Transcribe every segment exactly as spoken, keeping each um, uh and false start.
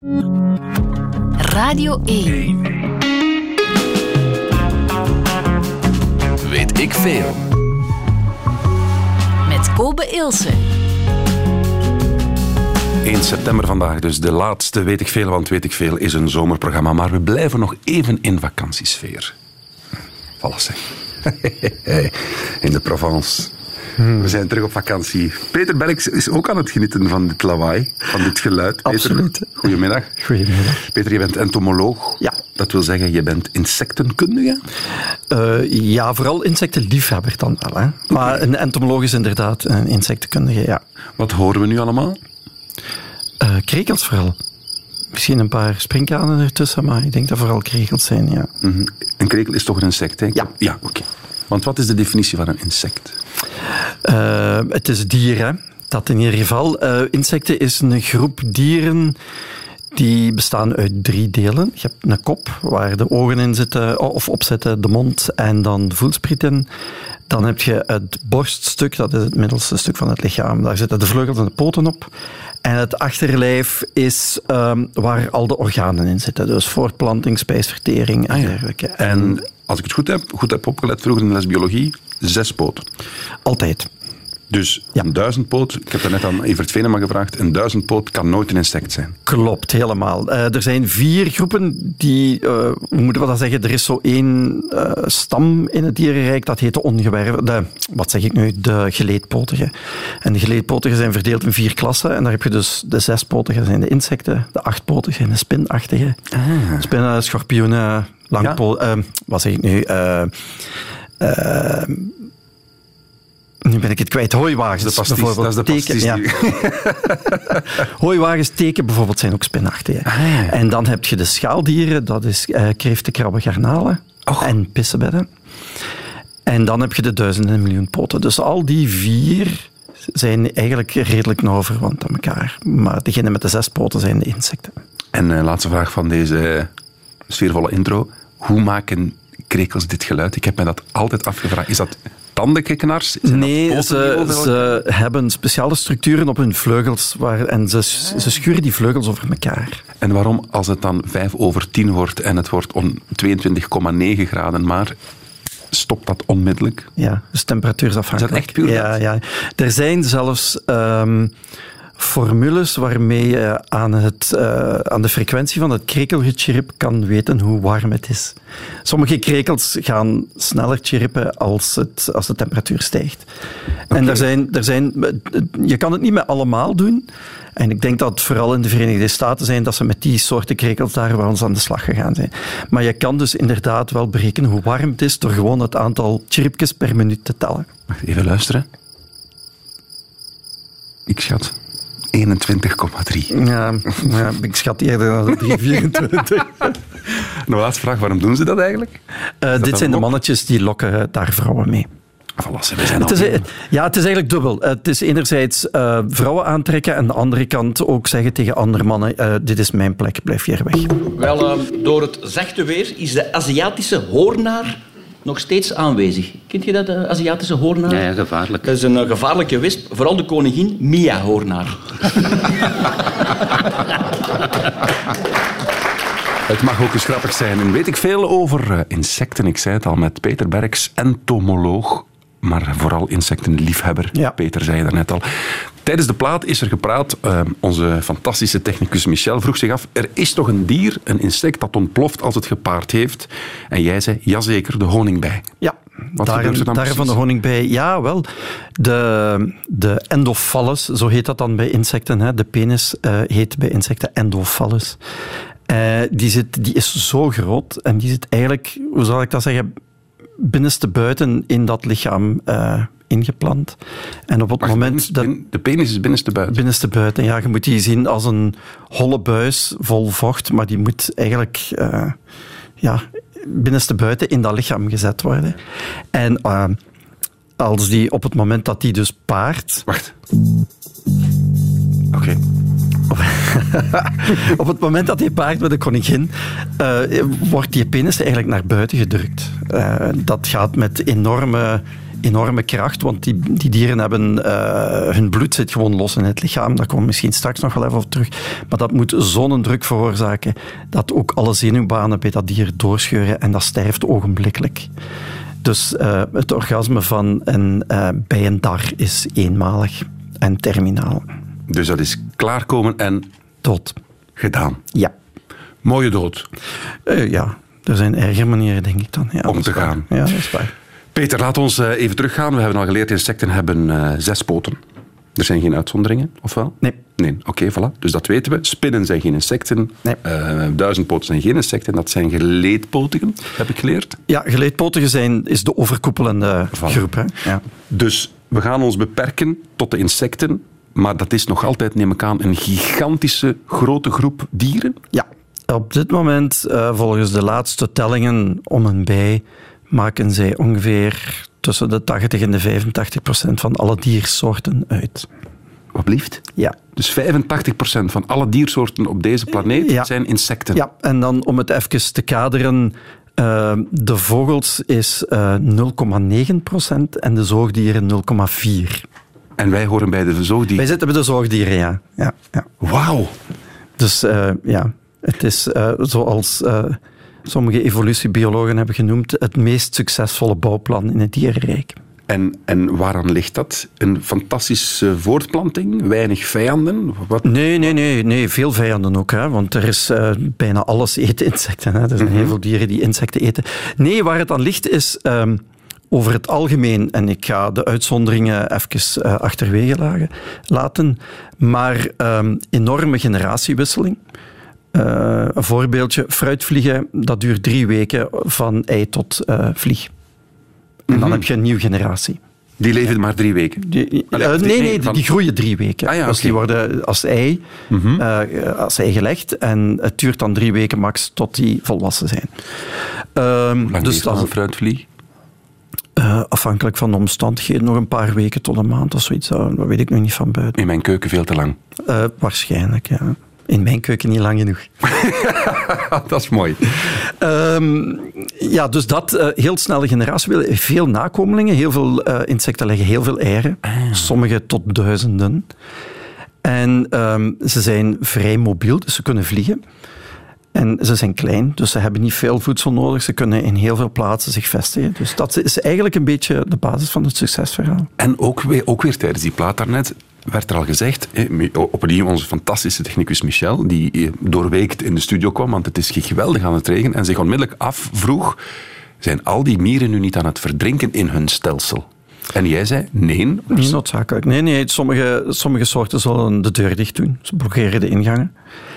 Radio één. Weet ik veel. Met Kobe Ilse. één september vandaag, dus de laatste Weet ik veel, want Weet ik veel is een zomerprogramma, maar we blijven nog even in vakantiesfeer. Voilà zeg. In de Provence. We zijn terug op vakantie. Peter Berks is ook aan het genieten van dit lawaai, van dit geluid. Absoluut. Peter, goedemiddag. Goedemiddag. Peter, je bent entomoloog. Ja. Dat wil zeggen, je bent insectenkundige? Uh, ja, vooral insectenliefhebber dan wel. Hè. Maar okay. Een entomoloog is inderdaad een insectenkundige, ja. Wat horen we nu allemaal? Uh, krekels vooral. Misschien een paar sprinkhanen ertussen, maar ik denk dat vooral krekels zijn, ja. Mm-hmm. Een krekel is toch een insect, hè? Ja. Ja, oké. Okay. Want wat is de definitie van een insect? Uh, het is dier, hè. Dat in ieder geval. Uh, insecten is een groep dieren die bestaan uit drie delen. Je hebt een kop, waar de ogen in zitten, of op zitten, de mond en dan de voelsprieten. Dan heb je het borststuk, dat is het middelste stuk van het lichaam. Daar zitten de vleugels en de poten op. En het achterlijf is um, waar al de organen in zitten. Dus voortplanting, spijsvertering en ah, ja. dergelijke. En als ik het goed heb, goed heb opgelet vroeger in de les biologie, zes poten. Altijd. Dus ja. Een duizendpoot, ik heb daarnet aan Evert Venema gevraagd, een duizendpoot kan nooit een insect zijn. Klopt, helemaal. Uh, er zijn vier groepen die, uh, hoe moeten we dat zeggen, er is zo één uh, stam in het dierenrijk, dat heet de ongewervelde, de, wat zeg ik nu, de geleedpotigen. En de geleedpotigen zijn verdeeld in vier klassen en daar heb je dus de zespotigen zijn de insecten, de achtpotigen zijn de spinachtigen, ah. spinnen, schorpioenen, langpoot, ja. uh, wat zeg ik nu, uh, uh, Nu ben ik het kwijt. Hooiwagens. Dat is de pasties. Dat is de pasties. Ja. Hooiwagens, teken bijvoorbeeld, zijn ook spinachtigen. Ah, ja. En dan heb je de schaaldieren, dat is uh, kreeften, krabben, garnalen oh. en pissebedden. En dan heb je de duizenden en miljoen poten. Dus al die vier zijn eigenlijk redelijk nauw verwant aan elkaar. Maar degene met de zes poten zijn de insecten. En uh, laatste vraag van deze sfeervolle intro. Hoe maken krekels dit geluid? Ik heb me dat altijd afgevraagd. Is dat tandenknars? Nee, ze, ze hebben speciale structuren op hun vleugels waar, en ze, ze schuren die vleugels over elkaar. En waarom, als het dan vijf over tien wordt en het wordt om tweeëntwintig komma negen graden maar, stopt dat onmiddellijk? Ja, dus temperatuursafhankelijk. Is dat echt puur? Ja, ja. Er zijn zelfs um, formules waarmee je aan, het, uh, aan de frequentie van het krekelgechirp kan weten hoe warm het is. Sommige krekels gaan sneller chirpen als, het, als de temperatuur stijgt. Okay. En er zijn, er zijn, je kan het niet met allemaal doen. En ik denk dat het vooral in de Verenigde Staten zijn dat ze met die soorten krekels daar wel eens aan de slag gegaan zijn. Maar je kan dus inderdaad wel berekenen hoe warm het is door gewoon het aantal chirpjes per minuut te tellen. Wacht, even luisteren. Ik schat eenentwintig komma drie. Ja, ja, ik schat eerder dan de drie komma vierentwintig. Een laatste vraag, waarom doen ze dat eigenlijk? Uh, dit zijn de mannetjes die lokken daar vrouwen mee. Voilà, we zijn het is, ja, het is eigenlijk dubbel. Het is enerzijds uh, vrouwen aantrekken en aan de andere kant ook zeggen tegen andere mannen, uh, dit is mijn plek, blijf hier weg. Wel, uh, door het zachte weer is de Aziatische hoornaar nog steeds aanwezig. Kent je dat, de Aziatische hoornaar? Ja, ja, gevaarlijk. Dat is een uh, gevaarlijke wesp, vooral de koningin Mia-hoornaar. Het mag ook eens grappig zijn. En weet ik veel over uh, insecten. Ik zei het al met Peter Berks, entomoloog, maar vooral insectenliefhebber. Ja. Peter zei het net al. Tijdens de plaat is er gepraat. Uh, onze fantastische technicus Michel vroeg zich af, er is toch een dier, een insect, dat ontploft als het gepaard heeft? En jij zei, jazeker, de honingbij. Ja. Wat daar, gebeurt er dan daar precies? van de honingbij, ja wel. De, de endophallus, zo heet dat dan bij insecten. Hè. De penis uh, heet bij insecten endophallus. Uh, die, zit, die is zo groot en die zit eigenlijk, hoe zal ik dat zeggen, binnenste buiten in dat lichaam uh, ingeplant. En op het Wacht, moment dat... De penis is binnenste buiten? Binnenste buiten, ja. Je moet die zien als een holle buis vol vocht, maar die moet eigenlijk uh, ja, binnenste buiten in dat lichaam gezet worden. En uh, als die, op het moment dat die dus paart... Wacht. Oké. Okay. Op het moment dat hij paart met een koningin, uh, wordt die penis eigenlijk naar buiten gedrukt. Uh, dat gaat met enorme enorme kracht, want die, die dieren hebben... Uh, hun bloed zit gewoon los in het lichaam. Daar komen we misschien straks nog wel even op terug. Maar dat moet zo'n druk veroorzaken dat ook alle zenuwbanen bij dat dier doorscheuren en dat sterft ogenblikkelijk. Dus uh, het orgasme van een uh, bij een dar is eenmalig en terminaal. Dus dat is klaarkomen en... Dood. Gedaan. Ja. Mooie dood. Uh, ja, er zijn erger manieren, denk ik dan. Ja, om te gaan. Ja, dat is waar. Peter, laat ons uh, even teruggaan. We hebben al geleerd, insecten hebben uh, zes poten. Er zijn geen uitzonderingen, of wel? Nee. Nee, oké, okay, voilà. Dus dat weten we. Spinnen zijn geen insecten. Nee. Uh, duizendpoten zijn geen insecten. Dat zijn geleedpotigen, heb ik geleerd. Ja, geleedpotigen zijn, is de overkoepelende voilà. groep. Hè? Ja. Dus we gaan ons beperken tot de insecten. Maar dat is nog altijd, neem ik aan, een gigantische grote groep dieren? Ja. Op dit moment, uh, volgens de laatste tellingen om en bij, maken zij ongeveer tussen de tachtig en de vijfentachtig procent van alle diersoorten uit. Wat blieft? Ja. Dus vijfentachtig procent van alle diersoorten op deze planeet ja. zijn insecten? Ja, en dan om het even te kaderen, uh, de vogels is uh, nul komma negen procent en de zoogdieren nul komma vier procent. En wij horen bij de zoogdieren? Wij zitten bij de zoogdieren, ja. ja, ja. Wauw! Dus uh, ja, het is uh, zoals uh, sommige evolutiebiologen hebben genoemd, het meest succesvolle bouwplan in het dierenrijk. En, en waaraan ligt dat? Een fantastische voortplanting? Weinig vijanden? Wat? Nee, nee, nee, nee, veel vijanden ook. Hè, want er is uh, bijna alles eten insecten. Hè. Er zijn mm-hmm. heel veel dieren die insecten eten. Nee, waar het aan ligt is... Um, over het algemeen, en ik ga de uitzonderingen even uh, achterwege laten, maar um, enorme generatiewisseling. Uh, een voorbeeldje, fruitvliegen, dat duurt drie weken van ei tot uh, vlieg. En mm-hmm. dan heb je een nieuwe generatie. Die leven maar drie weken? Die, Allee, uh, nee, nee, van... die groeien drie weken. Ah, ja, dus okay. die worden als ei, mm-hmm. uh, als ei gelegd en het duurt dan drie weken max tot die volwassen zijn. Um, Hoe lang dus dat een fruitvlieg? Uh, afhankelijk van de omstandigheden, nog een paar weken tot een maand of zoiets. Dat weet ik nog niet van buiten. In mijn keuken veel te lang? Uh, waarschijnlijk, ja. In mijn keuken niet lang genoeg. Dat is mooi. Um, ja, dus dat, uh, heel snelle generatie, veel nakomelingen, heel veel uh, insecten leggen heel veel eieren, ah. sommige tot duizenden. En um, ze zijn vrij mobiel, dus ze kunnen vliegen. En ze zijn klein, dus ze hebben niet veel voedsel nodig. Ze kunnen in heel veel plaatsen zich vestigen. Dus dat is eigenlijk een beetje de basis van het succesverhaal. En ook weer, ook weer tijdens die plaat daarnet werd er al gezegd, opnieuw onze fantastische technicus Michel, die doorweekt in de studio kwam, want het is geweldig aan het regenen, en zich onmiddellijk afvroeg, zijn al die mieren nu niet aan het verdrinken in hun stelsel? En jij zei, nee. Niet noodzakelijk. Nee, nee, sommige, sommige soorten zullen de deur dicht doen. Ze blokkeren de ingangen.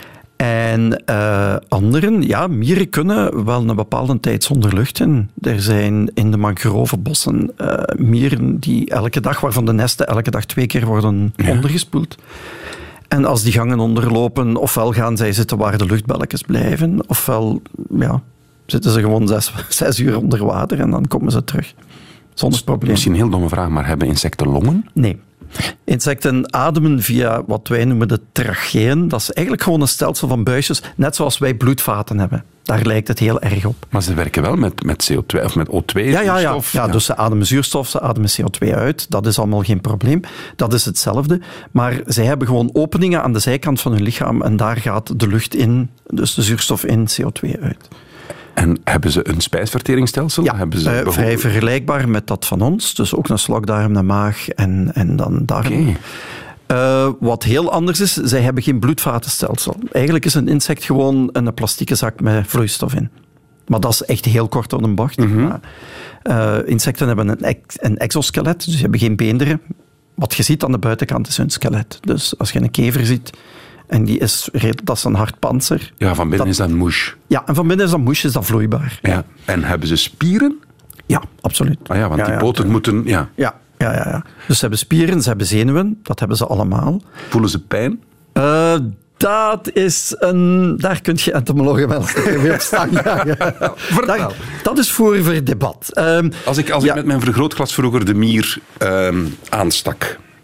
En uh, anderen, ja, mieren kunnen wel een bepaalde tijd zonder lucht in. Er zijn in de mangrovenbossen uh, mieren die elke dag, waarvan de nesten elke dag twee keer worden ja. ondergespoeld. En als die gangen onderlopen, ofwel gaan zij zitten waar de luchtbelletjes blijven, ofwel ja, zitten ze gewoon zes, zes uur onder water en dan komen ze terug. Zonder probleem. Misschien een heel domme vraag, maar hebben insecten longen? Nee. Insecten ademen via wat wij noemen de tracheën. Dat is eigenlijk gewoon een stelsel van buisjes, net zoals wij bloedvaten hebben. Daar lijkt het heel erg op. Maar ze werken wel met, met C O twee of met O twee? Ja, ja, ja. ja, dus ze ademen zuurstof, ze ademen C O twee uit. Dat is allemaal geen probleem. Dat is hetzelfde. Maar zij hebben gewoon openingen aan de zijkant van hun lichaam en daar gaat de lucht in, dus de zuurstof in, C O twee uit. En hebben ze een spijsverteringsstelsel? Ja, hebben ze uh, vrij vergelijkbaar met dat van ons. Dus ook een slokdarm, een maag en, en dan darm. Okay. Uh, wat heel anders is, zij hebben geen bloedvatenstelsel. Eigenlijk is een insect gewoon een plastieke zak met vloeistof in. Maar dat is echt heel kort door de bocht. Mm-hmm. Maar, uh, insecten hebben een, ex- een exoskelet, dus ze hebben geen beenderen. Wat je ziet aan de buitenkant is hun skelet. Dus als je een kever ziet... En die is, dat is een hard pantser. Ja, van binnen dat, is dat moes. Ja, en van binnen is dat moes, is dat vloeibaar. Ja. En hebben ze spieren? Ja, absoluut. Ah ja, want ja, die ja, poten ja. moeten... Ja. Ja, ja, ja, ja. Dus ze hebben spieren, ze hebben zenuwen. Dat hebben ze allemaal. Voelen ze pijn? Uh, dat is een... Daar kun je entomologen wel mee op staan. Ja, ja. Daar, dat is voor voor debat. Um, als ik, als ja. ik met mijn vergrootglas vroeger de mier um, aanstak...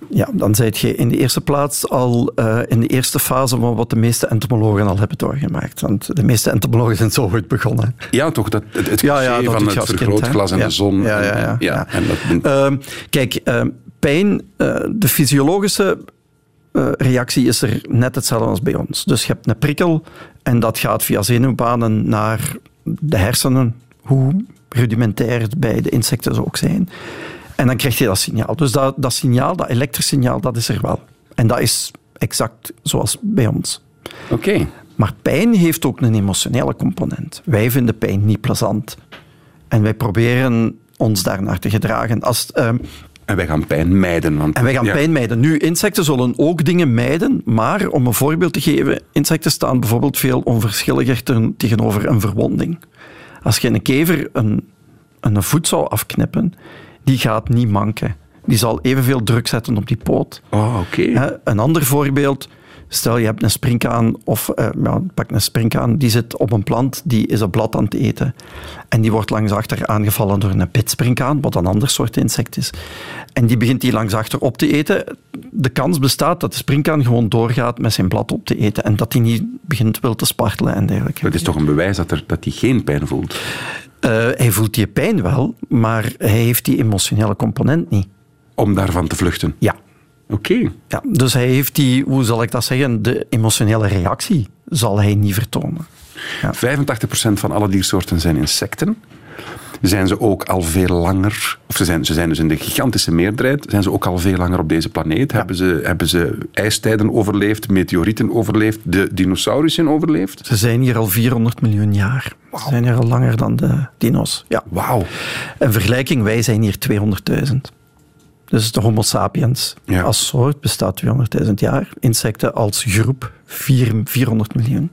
Ja, dan zit je in de eerste plaats al uh, in de eerste fase van wat de meeste entomologen al hebben doorgemaakt. Want de meeste entomologen zijn zo goed begonnen. Ja, toch? Dat, het het ja, ja, dat van het vergrootglas en ja. de zon. Ja, ja, ja. En, ja, ja. En dat... uh, kijk, uh, pijn, uh, de fysiologische uh, reactie is er net hetzelfde als bij ons. Dus je hebt een prikkel en dat gaat via zenuwbanen naar de hersenen, hoe rudimentair het bij de insecten zou ook zijn. En dan krijg je dat signaal. Dus dat, dat signaal, dat elektrisch signaal, dat is er wel. En dat is exact zoals bij ons. Oké. Okay. Maar pijn heeft ook een emotionele component. Wij vinden pijn niet plezant. En wij proberen ons daarnaar te gedragen. Als, uh, en wij gaan pijn mijden. Want, en wij gaan ja. pijn mijden. Nu, insecten zullen ook dingen mijden, maar om een voorbeeld te geven, insecten staan bijvoorbeeld veel onverschilliger ten, tegenover een verwonding. Als je een kever een, een voet zou afknippen, die gaat niet manken. Die zal evenveel druk zetten op die poot. Oh, oké. Okay. Een ander voorbeeld, stel je hebt een springkaan, of uh, ja, pak een springkaan, die zit op een plant, die is een blad aan het eten. En die wordt langs achter aangevallen door een pitspringkaan, wat een ander soort insect is. En die begint die langs achter op te eten. De kans bestaat dat de springkaan gewoon doorgaat met zijn blad op te eten en dat hij niet begint wil te spartelen en dergelijke. Dat is toch een bewijs dat hij dat geen pijn voelt? Uh, hij voelt die pijn wel, maar hij heeft die emotionele component niet. Om daarvan te vluchten? Ja. Oké. Okay. Ja, dus hij heeft die, hoe zal ik dat zeggen, de emotionele reactie zal hij niet vertonen. Ja. vijfentachtig procent van alle diersoorten zijn insecten. Zijn ze ook al veel langer, of ze zijn, ze zijn dus in de gigantische meerderheid, zijn ze ook al veel langer op deze planeet? Ja. Hebben ze, hebben ze ijstijden overleefd, meteorieten overleefd, de dinosaurussen overleefd? Ze zijn hier al vierhonderd miljoen jaar. Wow. Ze zijn hier al langer dan de dino's. Ja. Wauw. In vergelijking, wij zijn hier tweehonderdduizend. Dus de Homo sapiens ja. als soort bestaat tweehonderdduizend jaar. Insecten als groep vierhonderd miljoen.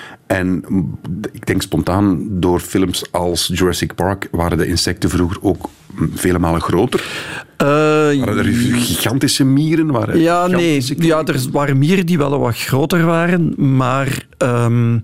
En ik denk spontaan, door films als Jurassic Park waren de insecten vroeger ook vele malen groter. Uh, waren er gigantische mieren? Waren ja, gigantische nee. Ja, er waren mieren die wel wat groter waren, maar um,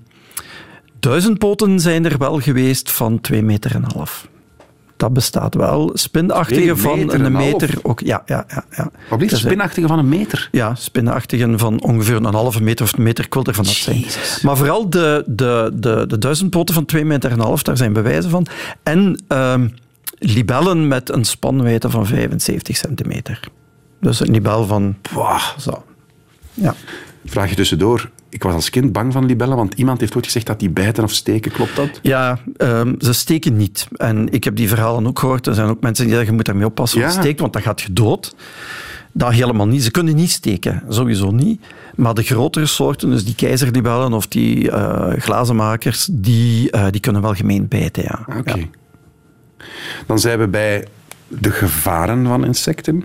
duizendpoten zijn er wel geweest van twee meter en een half. Dat bestaat wel. Spinachtige van een, een meter. Ook, ja, ja, ja, ja. Wat blijft spinachtige van een meter? Ja, spinachtigen van ongeveer een halve meter of een meter. Ik wil er van dat zijn. Maar vooral de, de, de, de duizendpoten van twee meter en een half, daar zijn bewijzen van. En um, libellen met een spanwijdte van vijfenzeventig centimeter. Dus een libel van... Wow. Zo. Ja. Vraag je tussendoor. Ik was als kind bang van libellen, want iemand heeft ooit gezegd dat die bijten of steken. Klopt dat? Ja, um, ze steken niet. En ik heb die verhalen ook gehoord. Er zijn ook mensen die zeggen, je moet daarmee oppassen wat ja. steekt, want dat gaat je dood. Dat helemaal niet. Ze kunnen niet steken, sowieso niet. Maar de grotere soorten, dus die keizerlibellen of die uh, glazenmakers, die, uh, die kunnen wel gemeen bijten, ja. Oké. Okay. Ja. Dan zijn we bij de gevaren van insecten.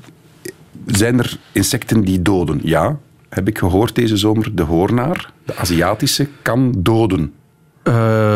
Zijn er insecten die doden? Ja. Heb ik gehoord deze zomer, de hoornaar, de Aziatische, kan doden. Uh,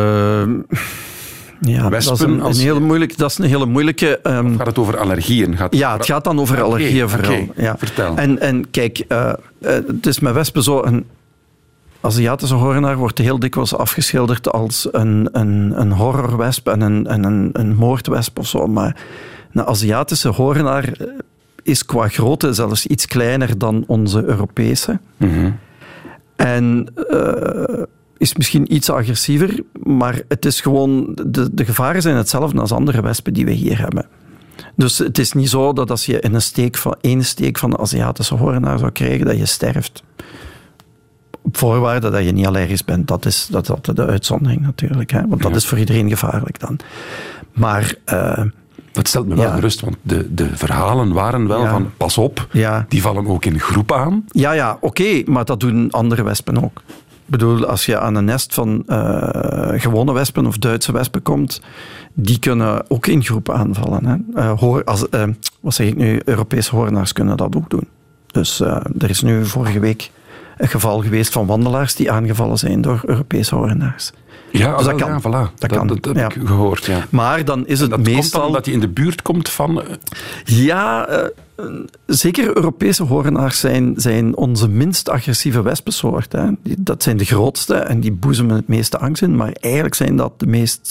ja, Wespen, dat, is een, als... een hele moeilijke, dat is een hele moeilijke... Um... Of gaat het over allergieën? Gaat... Ja, het gaat dan over okay, allergieën vooral. Okay. Ja. Vertel. En, en kijk, uh, uh, het is met wespen zo... Een Aziatische hoornaar wordt heel dikwijls afgeschilderd als een, een, een horrorwesp en een, en een, een moordwesp of zo. Maar een Aziatische hoornaar is qua grootte zelfs iets kleiner dan onze Europese. Mm-hmm. En uh, is misschien iets agressiever, maar het is gewoon... De, de gevaren zijn hetzelfde als andere wespen die we hier hebben. Dus het is niet zo dat als je in een steek van, één steek van de Aziatische hoornaar zou krijgen, dat je sterft. Op voorwaarde dat je niet allergisch bent. Dat is, dat is altijd de uitzondering natuurlijk. Hè? Want dat ja. is voor iedereen gevaarlijk dan. Maar... Uh, Dat stelt me wel ja. gerust, want de, de verhalen waren wel ja. van pas op, ja. die vallen ook in groep aan. Ja, ja, oké, okay, maar dat doen andere wespen ook. Ik bedoel, als je aan een nest van uh, gewone wespen of Duitse wespen komt, die kunnen ook in groep aanvallen. Hè. Uh, hoor, als, uh, wat zeg ik nu, Europese hoornaars kunnen dat ook doen. Dus uh, er is nu vorige week een geval geweest van wandelaars die aangevallen zijn door Europese hoornaars. Ja, dus dat kan. Ja, voilà. Dat, dat, kan. dat heb ja. ik gehoord, ja. Maar dan is het dat meestal... komt dan omdat hij in de buurt komt van... Ja, uh, zeker Europese hoornaars zijn, zijn onze minst agressieve wespensoort. Hè. Dat zijn de grootste en die boezemen het meeste angst in, maar eigenlijk zijn dat de meest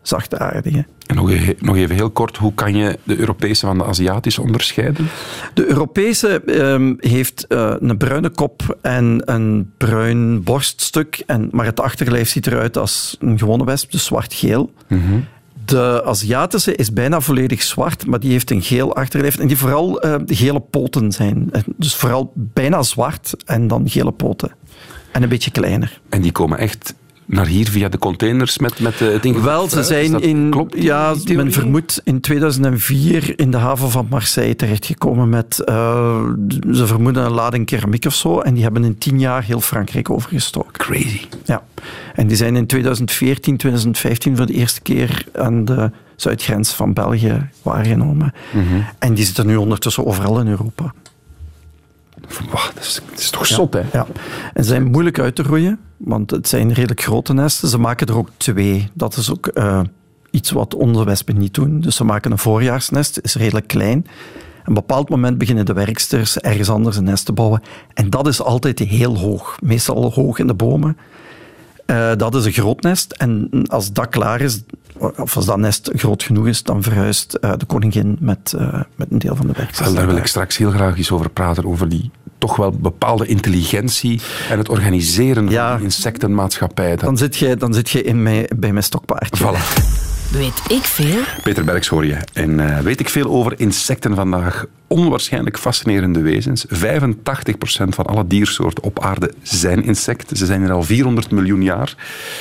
zachtaardige. En nog even, nog even heel kort, hoe kan je de Europese van de Aziatische onderscheiden? De Europese um, heeft uh, een bruine kop en een bruin borststuk, en, maar het achterlijf ziet eruit als een gewone wesp, dus zwart-geel. Mm-hmm. De Aziatische is bijna volledig zwart, maar die heeft een geel achterlijf en die vooral uh, gele poten zijn. Dus vooral bijna zwart en dan gele poten. En een beetje kleiner. En die komen echt naar hier via de containers met, met het ding? Wel, ze zijn in... Klopt, ja, men vermoedt in tweeduizend vier in de haven van Marseille terechtgekomen met... Uh, ze vermoeden een lading keramiek of zo, en die hebben in tien jaar heel Frankrijk overgestoken. Crazy. Ja. En die zijn in tweeduizend veertien, tweeduizend vijftien voor de eerste keer aan de zuidgrens van België waargenomen. Mm-hmm. En die zitten nu ondertussen overal in Europa. Wow, dat, is, dat is toch zot, ja, hè? Ja. En ze zijn moeilijk uit te roeien, want het zijn redelijk grote nesten. Ze maken er ook twee. Dat is ook uh, iets wat onze wespen niet doen. Dus ze maken een voorjaarsnest, is redelijk klein. Op een bepaald moment beginnen de werksters ergens anders een nest te bouwen. En dat is altijd heel hoog. Meestal hoog in de bomen. Uh, dat is een groot nest. En als dat klaar is, of als dat nest groot genoeg is, dan verhuist uh, de koningin met, uh, met een deel van de werksters. Daar wil ik straks heel graag eens over praten, over die toch wel bepaalde intelligentie en het organiseren ja, van die insectenmaatschappij. Dan zit je, dan zit je in mij, bij mijn stokpaardje. Voilà. Weet ik veel? Peter Berks hoor je. En uh, weet ik veel over insecten vandaag. Onwaarschijnlijk fascinerende wezens. vijfentachtig procent van alle diersoorten op aarde zijn insecten. Ze zijn er al vierhonderd miljoen jaar.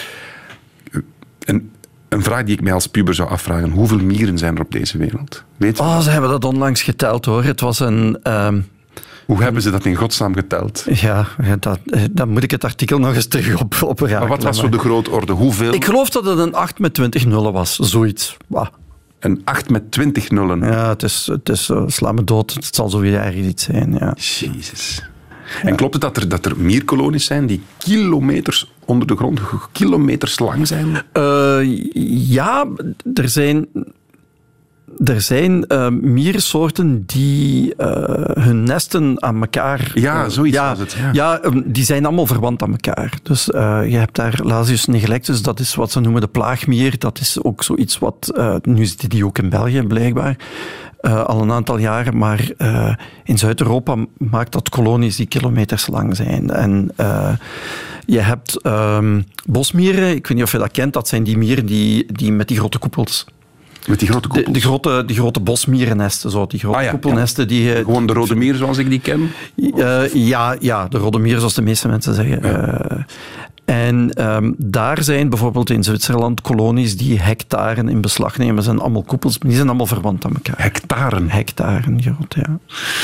En een vraag die ik mij als puber zou afvragen. Hoeveel mieren zijn er op deze wereld? Weet je oh, ze hebben dat onlangs geteld, hoor. Het was een... Uh... Hoe hebben ze dat in godsnaam geteld? Ja, dat, dan moet ik het artikel nog eens terug op, op raken. Maar wat was zo de grootorde? Hoeveel? Ik geloof dat het een acht met twintig nullen was. Zoiets. Bah. Een acht met twintig nullen? Ja, het is... Het is uh, sla me dood. Het zal zo ergens iets zijn, ja. Jezus. En klopt het dat er, dat er mierkolonies zijn die kilometers onder de grond, kilometers lang zijn? Uh, ja, er zijn... Er zijn uh, mierensoorten die uh, hun nesten aan elkaar... Ja, uh, zoiets ja, was het. Ja, ja um, die zijn allemaal verwant aan elkaar. Dus uh, je hebt daar Lasius neglectus, dat is wat ze noemen de plaagmier. Dat is ook zoiets wat... Uh, nu zitten die ook in België, blijkbaar. Uh, al een aantal jaren. Maar uh, in Zuid-Europa maakt dat kolonies die kilometers lang zijn. En... Uh, Je hebt um, bosmieren, ik weet niet of je dat kent, dat zijn die mieren die, die met die grote koepels... Met die grote koepels? De, de, grote, die grote bosmierennesten, zo, die grote ah, ja, koepelnesten. Ja. Die, Gewoon de rode mier zoals ik die ken? Uh, ja, ja, de rode mier zoals de meeste mensen zeggen. Ja. Uh, en um, daar zijn bijvoorbeeld in Zwitserland kolonies die hectaren in beslag nemen. Dat zijn allemaal koepels, maar die zijn allemaal verwant aan elkaar. Hectaren? Hectaren groot, ja.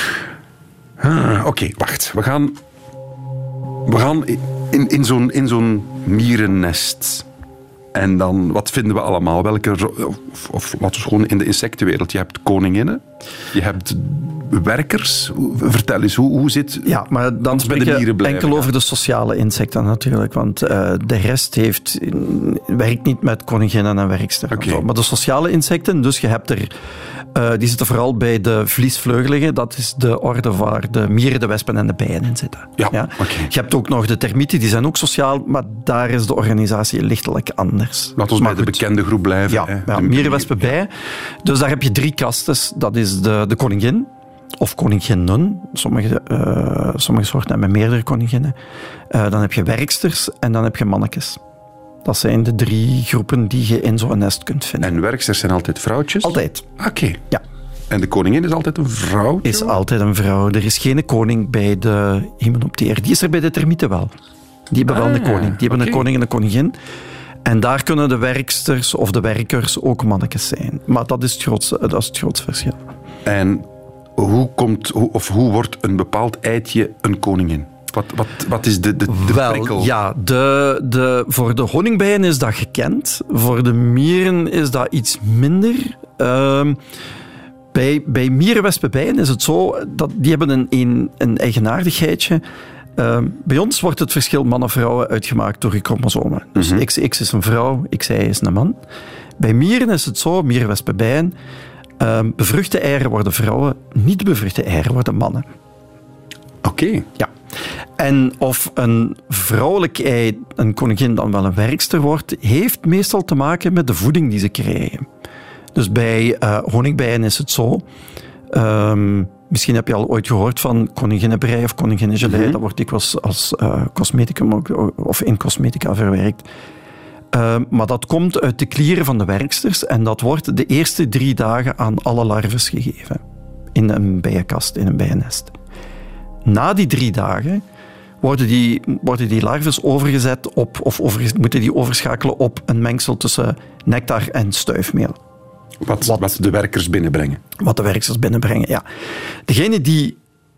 Ah, Oké, okay, wacht. We gaan, we gaan in, in zo'n, in zo'n mierennest... En dan, wat vinden we allemaal? Welke, of, of laten we gewoon in de insectenwereld. Je hebt koninginnen, je hebt werkers. Vertel eens, hoe, hoe zit... Ja, maar dan spreek je enkel gaan. over de sociale insecten natuurlijk. Want uh, de rest heeft, werkt niet met koninginnen en werksters. Okay. Maar de sociale insecten, dus je hebt er... Uh, die zitten vooral bij de vliesvleugeligen. Dat is de orde waar de mieren, de wespen en de bijen in zitten. Ja, ja? Okay. Je hebt ook nog de termieten, die zijn ook sociaal, maar daar is de organisatie lichtelijk anders. Laten we bij de bekende groep blijven. Ja, hè? ja mieren, wespen, bijen. Dus daar heb je drie kastes. Dat is de, de koningin, of koninginnen. Sommige, uh, sommige soorten hebben meerdere koninginnen. Uh, dan heb je werksters en dan heb je mannetjes. Dat zijn de drie groepen die je in zo'n nest kunt vinden. En werksters zijn altijd vrouwtjes? Altijd. Oké. Okay. Ja. En de koningin is altijd een vrouw? Is altijd een vrouw. Er is geen koning bij de hymenopteren. Die is er bij de termieten wel. Die hebben ah, wel een koning. Die hebben okay. een koning en een koningin. En daar kunnen de werksters of de werkers ook mannetjes zijn. Maar dat is het grootste, dat is het grootste verschil. En hoe, komt, hoe, of hoe wordt een bepaald eitje een koningin? Wat, wat, wat is de, de, de Wel, prikkel? Ja, de, de, voor de honingbijen is dat gekend. Voor de mieren is dat iets minder. Uh, bij, bij mierenwespenbijen is het zo, dat die hebben een, een, een eigenaardigheidje. Uh, bij ons wordt het verschil mannen-vrouwen uitgemaakt door je chromosomen. Dus mm-hmm. X X is een vrouw, X Y is een man. Bij mieren is het zo, mierenwespenbijen, uh, bevruchte eieren worden vrouwen, niet bevruchte eieren worden mannen. Oké. Okay. Ja. En of een vrouwelijk ei, een koningin, dan wel een werkster wordt, heeft meestal te maken met de voeding die ze krijgen. Dus bij uh, honingbijen is het zo. Um, misschien heb je al ooit gehoord van koninginnenbrei of koninginnengelei. Mm-hmm. Dat wordt dikwijls als uh, cosmeticum of in cosmetica verwerkt. Uh, maar dat komt uit de klieren van de werksters en dat wordt de eerste drie dagen aan alle larves gegeven. In een bijenkast, in een bijennest. Na die drie dagen worden die, worden die larves overgezet op, of over, moeten die overschakelen op een mengsel tussen nectar en stuifmeel. Wat, wat, wat de werkers binnenbrengen. Wat de werkers binnenbrengen, ja. Degene die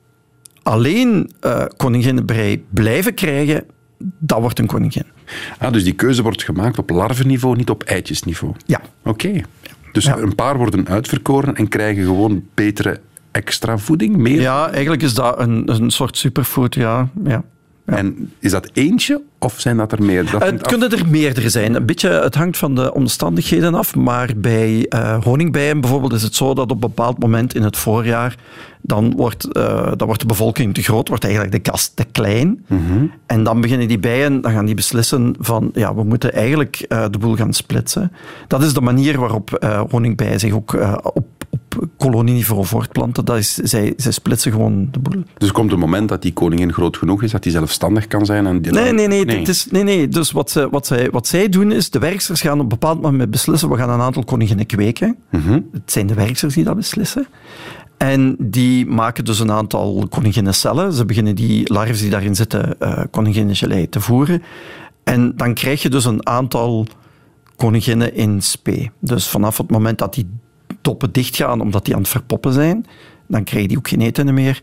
alleen uh, koninginnenbrei blijven krijgen, dat wordt een koningin. Ah, dus die keuze wordt gemaakt op larvenniveau, niet op eitjesniveau? Ja. Oké. Okay. Dus ja. een paar worden uitverkoren en krijgen gewoon betere extra voeding? Meer? Ja, eigenlijk is dat een, een soort superfood, ja. ja. Ja. En is dat eentje of zijn dat er meer? Dat het kunnen er meerdere zijn. Een beetje, het hangt van de omstandigheden af, maar bij uh, honingbijen bijvoorbeeld is het zo dat op een bepaald moment in het voorjaar dan wordt, uh, dan wordt de bevolking te groot, wordt eigenlijk de kast te klein. Mm-hmm. En dan beginnen die bijen, dan gaan die beslissen van ja, we moeten eigenlijk uh, de boel gaan splitsen. Dat is de manier waarop uh, honingbijen zich ook uh, op op kolonieniveau voortplanten. Dat is, zij, zij splitsen gewoon de boel. Dus er komt een moment dat die koningin groot genoeg is, dat die zelfstandig kan zijn? En die nee, dan... nee, nee, nee. Het is, nee, nee. Dus wat, ze, wat, zij, wat zij doen is, de werksters gaan op een bepaald moment beslissen, we gaan een aantal koninginnen kweken. Mm-hmm. Het zijn de werksters die dat beslissen. En die maken dus een aantal koninginnencellen. Ze beginnen die larven die daarin zitten, uh, koninginnengelei te voeren. En dan krijg je dus een aantal koninginnen in spe. Dus vanaf het moment dat die toppen dichtgaan omdat die aan het verpoppen zijn, dan krijg je ook geen eten meer.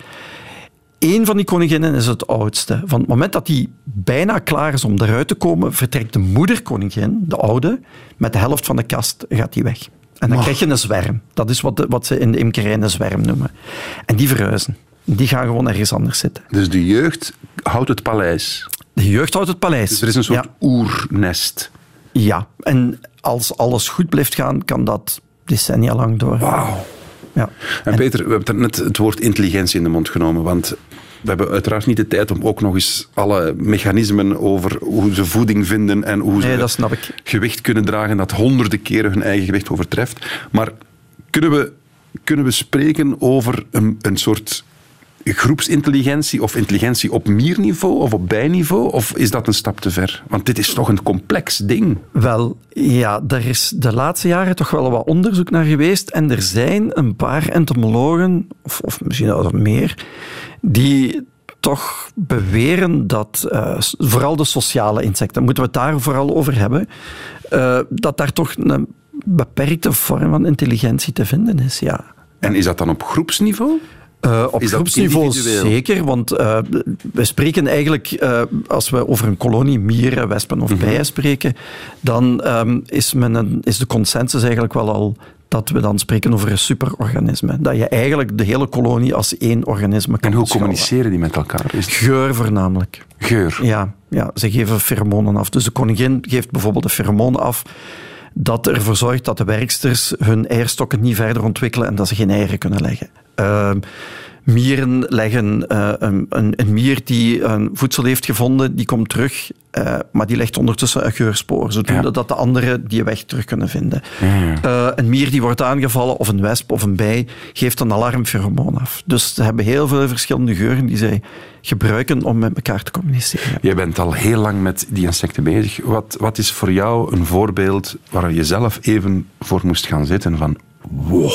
Eén van die koninginnen is het oudste. Van het moment dat die bijna klaar is om eruit te komen, vertrekt de moederkoningin, de oude, met de helft van de kast gaat die weg. En dan oh. krijg je een zwerm. Dat is wat, de, wat ze in de imkerij een zwerm noemen. En die verhuizen. Die gaan gewoon ergens anders zitten. Dus de jeugd houdt het paleis? De jeugd houdt het paleis. Dus er is een soort ja. oernest? Ja. En als alles goed blijft gaan, kan dat decennia lang door. Wauw. Ja. En Peter, we hebben net het woord intelligentie in de mond genomen, want we hebben uiteraard niet de tijd om ook nog eens alle mechanismen over hoe ze voeding vinden en hoe ze nee, dat snap ik. gewicht kunnen dragen dat honderden keren hun eigen gewicht overtreft. Maar kunnen we, kunnen we spreken over een, een soort groepsintelligentie of intelligentie op mierniveau of op bijniveau? Of is dat een stap te ver? Want dit is toch een complex ding. Wel, ja, er is de laatste jaren toch wel wat onderzoek naar geweest en er zijn een paar entomologen, of, of misschien wel meer, die toch beweren dat, uh, vooral de sociale insecten, moeten we het daar vooral over hebben, uh, dat daar toch een beperkte vorm van intelligentie te vinden is, ja. En is dat dan op groepsniveau? Uh, op groepsniveau zeker, want uh, we spreken eigenlijk, uh, als we over een kolonie mieren, wespen of mm-hmm. bijen spreken, dan um, is, men een, is de consensus eigenlijk wel al dat we dan spreken over een superorganisme. Dat je eigenlijk de hele kolonie als één organisme kan En hoe beschouwen. communiceren die met elkaar? Is het... Geur voornamelijk. Geur? Ja, ja, ze geven pheromonen af. Dus de koningin geeft bijvoorbeeld een pheromoon af dat ervoor zorgt dat de werksters hun eierstokken niet verder ontwikkelen en dat ze geen eieren kunnen leggen. Uh, mieren leggen, uh, een, een, een mier die een voedsel heeft gevonden, die komt terug, uh, maar die legt ondertussen een geurspoor, zodoende ja. dat de anderen die weg terug kunnen vinden. Ja, ja. Uh, een mier die wordt aangevallen, of een wesp of een bij, geeft een alarmpheromoon af. Dus ze hebben heel veel verschillende geuren die zij gebruiken om met elkaar te communiceren. Jij bent al heel lang met die insecten bezig. Wat, wat is voor jou een voorbeeld waar je zelf even voor moest gaan zitten van wow,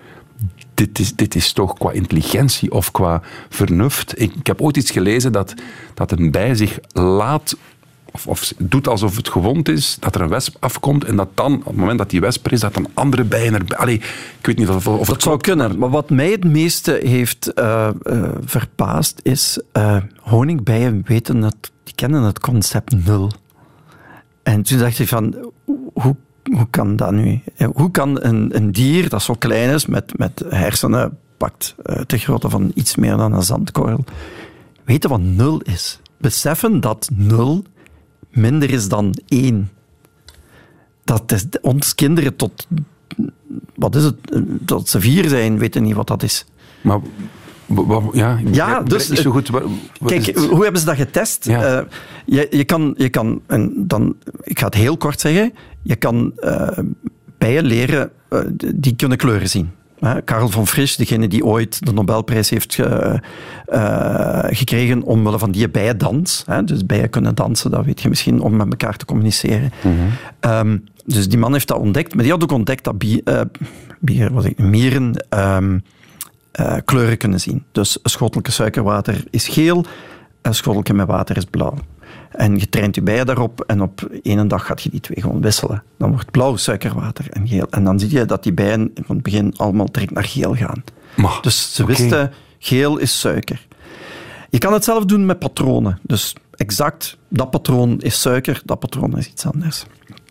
dit is, dit is toch qua intelligentie of qua vernuft. Ik, ik heb ooit iets gelezen dat, dat een bij zich laat of, of doet alsof het gewond is, dat er een wesp afkomt en dat dan, op het moment dat die wesp er is, dat dan andere bijen erbij... Allee, ik weet niet of, of dat het zou kunnen, maar wat mij het meeste heeft uh, uh, verbaasd is, uh, honingbijen weten het, die kennen het concept nul. En toen dacht ik van, hoe, hoe kan dat nu? Hoe kan een, een dier dat zo klein is, met, met hersenen pakt uh, te grootte van iets meer dan een zandkorrel, weten wat nul is? Beseffen dat nul minder is dan één. Dat is, ons kinderen tot, wat is het, tot ze vier zijn, weten niet wat dat is. Maar Ja, ja dus, niet zo goed. Wat, wat kijk, hoe hebben ze dat getest? Ja. Uh, je, je kan, je kan en dan, ik ga het heel kort zeggen, je kan uh, bijen leren, uh, die kunnen kleuren zien. Uh, Karl von Frisch, degene die ooit de Nobelprijs heeft uh, uh, gekregen omwille van die bijendans. Uh, dus bijen kunnen dansen, dat weet je misschien, om met elkaar te communiceren. Mm-hmm. Um, dus die man heeft dat ontdekt, maar die had ook ontdekt dat bi- uh, bier, wat ik, mieren um, uh, kleuren kunnen zien. Dus een schotelje suikerwater is geel, een schotelje met water is blauw. En je traint je bijen daarop en op één dag gaat je die twee gewoon wisselen. Dan wordt blauw suikerwater en geel. En dan zie je dat die bijen van het begin allemaal direct naar geel gaan. Maar, dus ze okay. wisten, geel is suiker. Je kan het zelf doen met patronen. Dus exact, dat patroon is suiker, dat patroon is iets anders.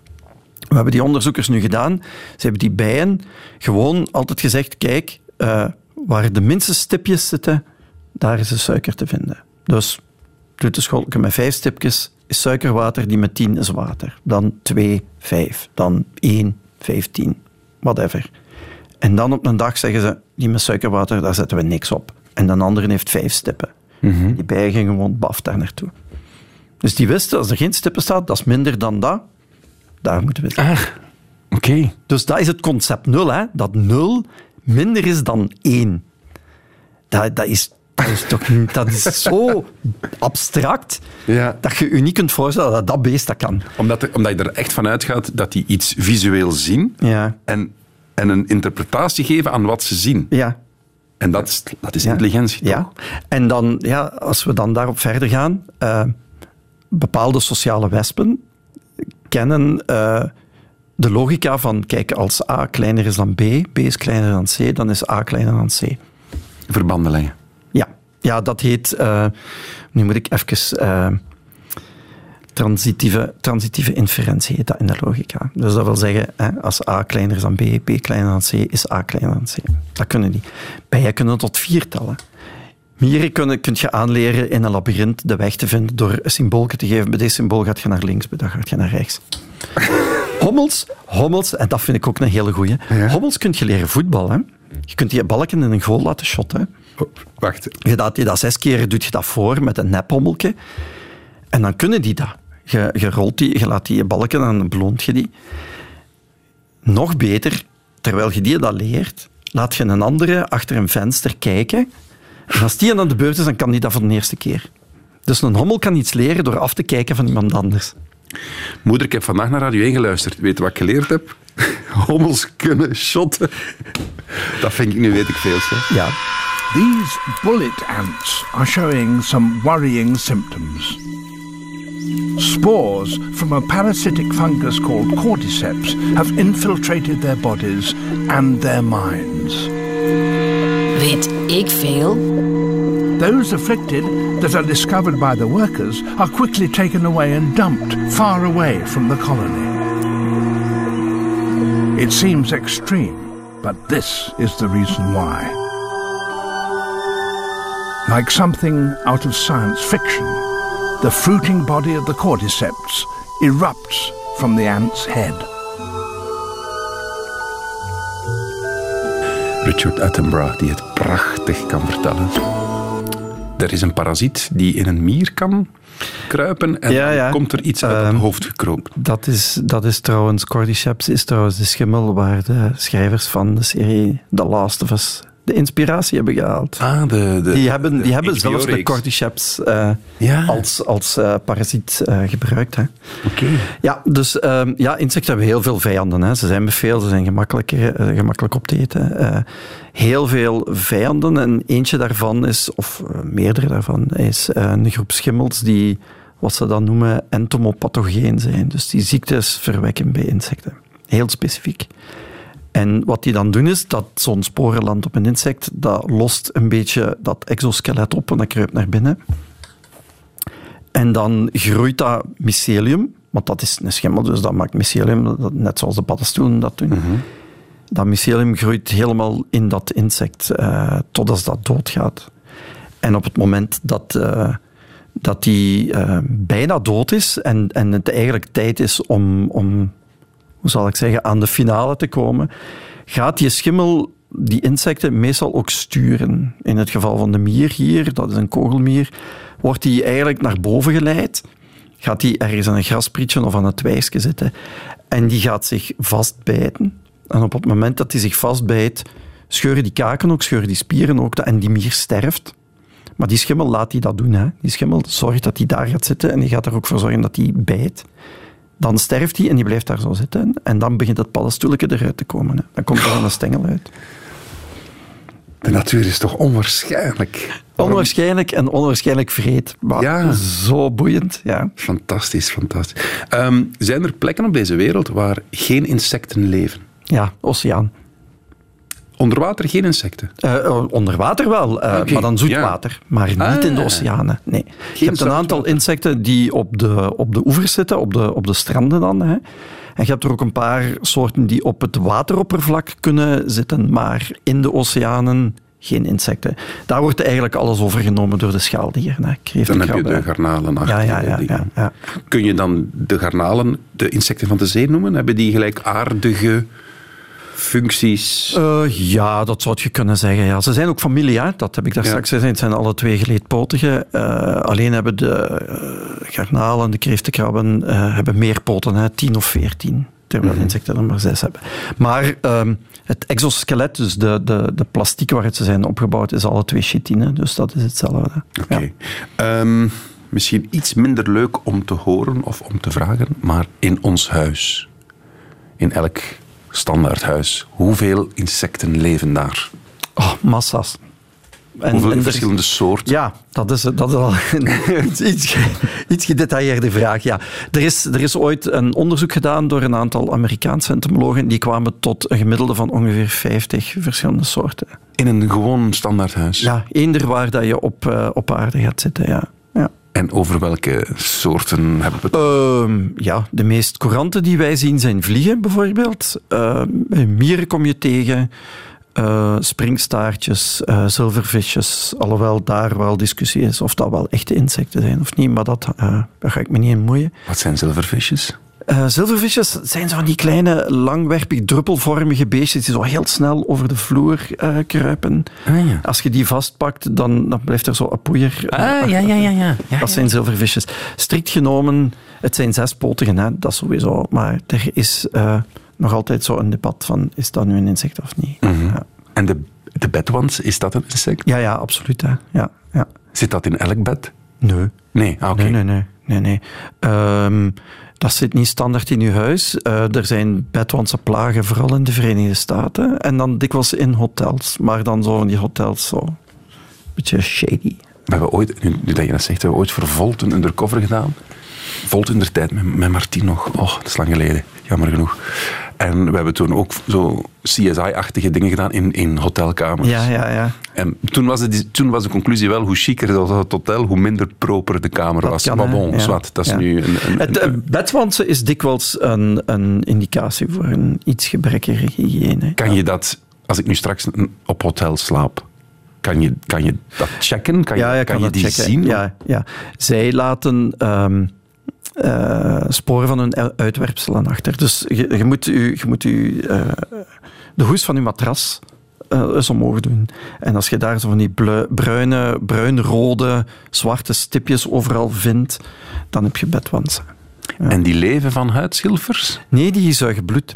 We hebben die onderzoekers nu gedaan. Ze hebben die bijen gewoon altijd gezegd, kijk, uh, waar de minste stipjes zitten, daar is de suiker te vinden. Dus doet de schotelje met vijf stipjes, is suikerwater, die met tien is water. Dan twee, vijf. Dan één, vijftien. Whatever. En dan op een dag zeggen ze, die met suikerwater, daar zetten we niks op. En de andere heeft vijf stippen. Mm-hmm. Die bijen gingen gewoon baf daar naartoe. Dus die wisten, als er geen stippen staat, dat is minder dan dat. Daar moeten we het. Ah, oké. Okay. Dus dat is het concept nul, hè? Dat nul minder is dan één. Dat, dat is... Dat is, toch, dat is zo abstract ja. dat je je niet kunt voorstellen dat dat beest dat kan. Omdat, er, omdat je er echt van uitgaat dat die iets visueel zien ja. en, en een interpretatie geven aan wat ze zien. Ja. En dat is, dat is ja. intelligentie, ja. toch? En dan, ja, als we dan daarop verder gaan, uh, bepaalde sociale wespen kennen uh, de logica van, kijk, als A kleiner is dan B, B is kleiner dan C, dan is A kleiner dan C. Verbanden leggen. Ja, ja, dat heet... Uh, nu moet ik even... Uh, transitieve, transitieve inferentie heet dat in de logica. Dus dat wil zeggen, hè, als A kleiner is dan B, B kleiner dan C, is A kleiner dan C. Dat kunnen die. Bijen kunnen tot vier tellen. Mieren kun, kun je aanleren in een labyrint de weg te vinden door een symbool te geven. Bij deze symbool gaat je naar links, bij dat gaat je naar rechts. Hommels, hommels, en dat vind ik ook een hele goeie. Ja. Hommels kun je leren voetballen. Je kunt die balken in een goal laten shotten. Oh, wacht. Je dat, je dat zes keer doet je dat voor met een nephommelke. En dan kunnen die dat. Je, je rolt die, je laat die balken en dan beloont je die. Nog beter, terwijl je die dat leert, laat je een andere achter een venster kijken. En als die aan de beurt is, dan kan die dat voor de eerste keer. Dus een hommel kan iets leren door af te kijken van iemand anders. Moeder, ik heb vandaag naar Radio één geluisterd. Weet je wat ik geleerd heb? Hommels kunnen shotten. Dat vind ik nu, weet ik veel. Hè? Ja. These bullet ants are showing some worrying symptoms. Spores from a parasitic fungus called cordyceps have infiltrated their bodies and their minds. Weet ik veel? Those afflicted that are discovered by the workers are quickly taken away and dumped far away from the colony. It seems extreme, but this is the reason why. Like something out of science fiction, the fruiting body of the cordyceps erupts from the ant's head. Richard Attenborough, die het prachtig kan vertellen. Er is een parasiet die in een mier kan kruipen en ja, ja. dan komt er iets uit um, het hoofd gekropen. Dat is, dat is trouwens, Cordyceps is trouwens de schimmel waar de schrijvers van de serie The Last of Us de inspiratie hebben gehaald. Ah, de, de, die hebben, de die hebben H B zelfs O-reeks. de Cordyceps uh, ja. als, als uh, parasiet uh, gebruikt. Oké. Okay. Ja, dus um, ja, insecten hebben heel veel vijanden. Hè. Ze zijn beveel, ze zijn gemakkelijk, uh, gemakkelijk op te eten. Uh, heel veel vijanden en eentje daarvan is, of uh, meerdere daarvan, is uh, een groep schimmels die, wat ze dan noemen, entomopathogeen zijn. Dus die ziektes verwekken bij insecten. Heel specifiek. En wat die dan doen is, dat zo'n sporen landt op een insect, dat lost een beetje dat exoskelet op en dat kruipt naar binnen. En dan groeit dat mycelium, want dat is een schimmel, dus dat maakt mycelium, net zoals de paddenstoelen dat doen. Mm-hmm. Dat mycelium groeit helemaal in dat insect, uh, totdat dat doodgaat. En op het moment dat, uh, dat die uh, bijna dood is en, en het eigenlijk tijd is om... om hoe zal ik zeggen, aan de finale te komen, gaat die schimmel die insecten meestal ook sturen. In het geval van de mier hier, dat is een kogelmier, wordt die eigenlijk naar boven geleid. Gaat die ergens aan een grasprietje of aan het wijsje zitten. En die gaat zich vastbijten. En op het moment dat die zich vastbijt, scheuren die kaken ook, scheuren die spieren ook. En die mier sterft. Maar die schimmel laat die dat doen. Hè. Die schimmel zorgt dat die daar gaat zitten en die gaat er ook voor zorgen dat die bijt. Dan sterft die en die blijft daar zo zitten. En dan begint het paddenstoeletje eruit te komen. Hè. Dan komt er dan een stengel uit. De natuur is toch onwaarschijnlijk? Onwaarschijnlijk en onwaarschijnlijk vreed. Maar ja. Zo boeiend. Ja. Fantastisch, fantastisch. Um, zijn er plekken op deze wereld waar geen insecten leven? Ja, oceaan. Onder water geen insecten? Uh, onder water wel, uh, okay. maar dan zoetwater. Ja. Maar niet ah, in de oceanen. Nee. Je hebt een aantal insecten die op de, op de oevers zitten, op de, op de stranden dan. Hè. En je hebt er ook een paar soorten die op het wateroppervlak kunnen zitten, maar in de oceanen geen insecten. Daar wordt eigenlijk alles overgenomen door de schaaldieren. Hè. Dan heb je de garnalen achter. Ja, ja, ja, ja, ja. Kun je dan de garnalen de insecten van de zee noemen? Hebben die gelijkaardige functies? Uh, ja, dat zou je kunnen zeggen. Ja. Ze zijn ook familie, hè? Dat heb ik daar ja. straks gezegd. Het zijn alle twee geleedpotigen. Uh, alleen hebben de uh, garnalen, de kreeftenkrabben, uh, hebben meer poten, hè? tien of veertien. Terwijl mm-hmm. insecten er maar zes hebben. Maar um, het exoskelet, dus de, de, de plastiek waaruit ze zijn opgebouwd, is alle twee chitine. Dus dat is hetzelfde. Oké. Okay. Ja. Um, misschien iets minder leuk om te horen of om te vragen, maar in ons huis, in elk standaardhuis, hoeveel insecten leven daar? Oh, massa's. En, hoeveel en verschillende is, soorten? Ja, dat is, dat is al een iets, iets gedetailleerde vraag. Ja. Er, is, er is ooit een onderzoek gedaan door een aantal Amerikaanse entomologen. Die kwamen tot een gemiddelde van ongeveer vijftig verschillende soorten. In een gewoon standaardhuis? Ja, eender waar dat je op, uh, op aarde gaat zitten, ja. ja. En over welke soorten hebben we het? Uh, ja, de meest courante die wij zien zijn vliegen, bijvoorbeeld. Uh, mieren kom je tegen. Uh, springstaartjes, uh, zilvervisjes, alhoewel daar wel discussie is of dat wel echte insecten zijn of niet, maar dat, uh, daar ga ik me niet in moeien. Wat zijn zilvervisjes? Uh, zilvervisjes zijn zo van die kleine, langwerpig, druppelvormige beestjes die zo heel snel over de vloer uh, kruipen. Ah, ja. Als je die vastpakt, dan, dan blijft er zo een poeier. Uh, ah, ja, ja, ja, ja. ja dat zijn zilvervisjes. Strikt genomen, het zijn zespotigen, hè, dat sowieso, maar er is Uh, nog altijd zo een debat van, is dat nu een insect of niet? Mm-hmm. Ja. En de, de bedwans, is dat een insect? Ja, ja, absoluut. Hè. Ja, ja. Zit dat in elk bed? Nee. Nee, ah, oké. Okay. Nee, nee, nee. nee, nee. Um, dat zit niet standaard in uw huis. Uh, er zijn bedwansen plagen, vooral in de Verenigde Staten. En dan dikwijls in hotels. Maar dan zo van die hotels zo een beetje shady. We hebben ooit, nu, nu dat je dat zegt, we hebben ooit voor Volt een undercover gedaan. Volt in de tijd, met, met Martien nog. Oh, dat is lang geleden. Jammer genoeg. En we hebben toen ook zo C S I-achtige dingen gedaan in, in hotelkamers. Ja, ja, ja. En toen was, de, toen was de conclusie wel, hoe chiquer het hotel, hoe minder proper de kamer dat was. Kan, maar bon, ja. zwart, dat is ja. nu een... een, het een bedwansen is dikwijls een, een indicatie voor een iets gebrekkige hygiëne. Kan je dat, als ik nu straks op hotel slaap, kan je, kan je dat checken? Kan je, ja, ja, kan kan je die checken. zien? Ja, ja. Zij laten Um, Uh, sporen van hun uitwerpselen achter. Dus je, je moet, u, je moet u, uh, de hoes van je matras uh, eens omhoog doen. En als je daar zo van die blui, bruine, bruin-rode, zwarte stipjes overal vindt, dan heb je bedwansen. Ja. En die leven van huidschilfers? Nee, die zuigen bloed.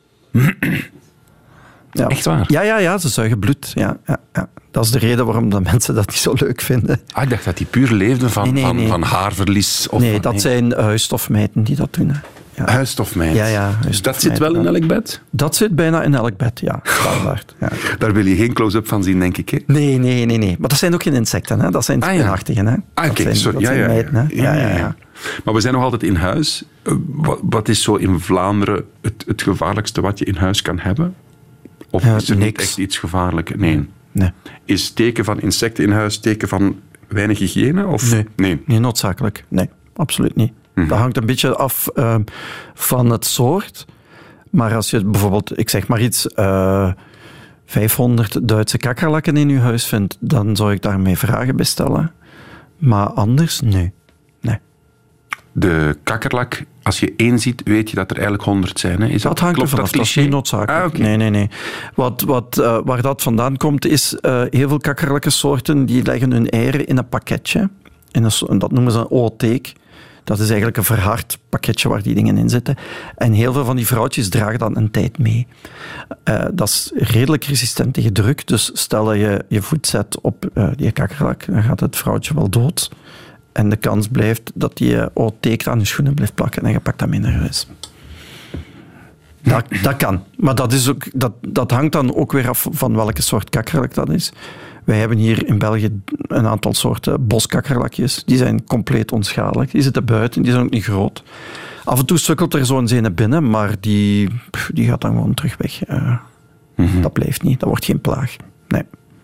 Ja. Echt waar? Ja, ja, ja, ze zuigen bloed. Ja, ja, ja. Dat is de reden waarom de mensen dat niet zo leuk vinden. Ah, ik dacht dat die puur leefden van, nee, nee, van, nee. van haarverlies. Of nee, van, dat nee. zijn huisstofmijten die dat doen. Hè. Ja. Huisstofmijt? Ja, ja. Dus dat zit wel in elk bed? Dat zit bijna in elk bed, ja. Standaard. Ja. Daar wil je geen close-up van zien, denk ik. Hè? Nee, nee, nee, nee. Maar dat zijn ook geen insecten, hè. Dat zijn ah, ja. spinachtigen, hè. Ah, oké. Okay. Ja, ja, mijten, hè. ja, ja, ja, ja. Maar we zijn nog altijd in huis. Wat, wat is zo in Vlaanderen het, het gevaarlijkste wat je in huis kan hebben? Of uh, is er niks. niet echt iets gevaarlijks? Nee. nee. Is teken van insecten in huis teken van weinig hygiëne? Of? Nee. nee, niet noodzakelijk. Nee, absoluut niet. Mm-hmm. Dat hangt een beetje af uh, van het soort. Maar als je bijvoorbeeld, ik zeg maar iets, uh, vijfhonderd Duitse kakkerlakken in je huis vindt, dan zou ik daarmee vragen bestellen. Maar anders, nee. nee. de kakkerlak, als je één ziet, weet je dat er eigenlijk honderd zijn. Hè? Is dat, dat hangt er vanaf, dat, dat is niet noodzakelijk. Ah, okay. Nee, nee, nee. Wat, wat, uh, waar dat vandaan komt, is uh, heel veel kakkerlakkensoorten die leggen hun eieren in een pakketje. In een, dat noemen ze een ootheek. Dat is eigenlijk een verhard pakketje waar die dingen in zitten. En heel veel van die vrouwtjes dragen dan een tijd mee. Uh, dat is redelijk resistent tegen druk. Dus stel dat je je voet zet op uh, die kakkerlak, dan gaat het vrouwtje wel dood. En de kans blijft dat die uh, ootheek aan je schoenen blijft plakken en je pakt dat mee naar huis. Dat, dat kan. Maar dat, is ook, dat, dat hangt dan ook weer af van welke soort kakkerlak dat is. Wij hebben hier in België een aantal soorten boskakkerlakjes. Die zijn compleet onschadelijk. Die zitten buiten, die zijn ook niet groot. Af en toe sukkelt er zo'n zene binnen, maar die, die gaat dan gewoon terug weg. Uh, mm-hmm. Dat blijft niet, dat wordt geen plaag. Nee.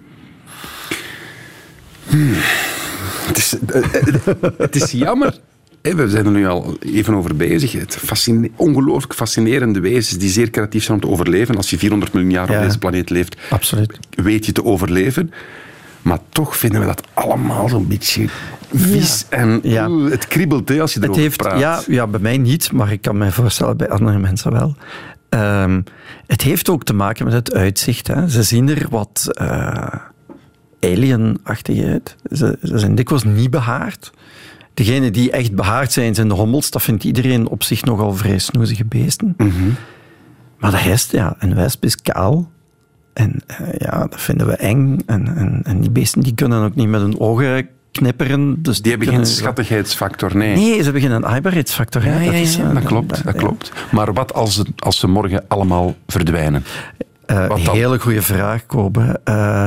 Hmm. Het is, uh, het is jammer. We zijn er nu al even over bezig. Het fascine- ongelooflijk fascinerende wezens die zeer creatief zijn om te overleven. Als je vierhonderd miljoen jaar ja, op deze planeet leeft, absoluut. Weet je te overleven. Maar toch vinden we dat allemaal zo'n beetje vies. Ja. En ja. Oe, het kriebelt hè, als je erover het heeft, praat. Ja, ja, bij mij niet, maar ik kan me voorstellen bij andere mensen wel. Um, het heeft ook te maken met het uitzicht. Hè. Ze zien er wat uh, alien-achtig uit. Ze, ze zijn dikwijls niet behaard. Degenen die echt behaard zijn, zijn de hommels. Dat vindt iedereen op zich nogal vrij snoezige beesten. Mm-hmm. Maar de rest, ja, een wesp is kaal. En uh, ja, dat vinden we eng. En, en, en die beesten die kunnen ook niet met hun ogen knipperen. Dus die, die hebben geen schattigheidsfactor, nee. Nee, ze hebben geen aaibaarheidsfactor. Ja, ja, dat, ja, is, ja, dat klopt, dat ja. klopt. Maar wat als, het, als ze morgen allemaal verdwijnen? Uh, wat dan? Hele goede vraag, Kobe. Uh,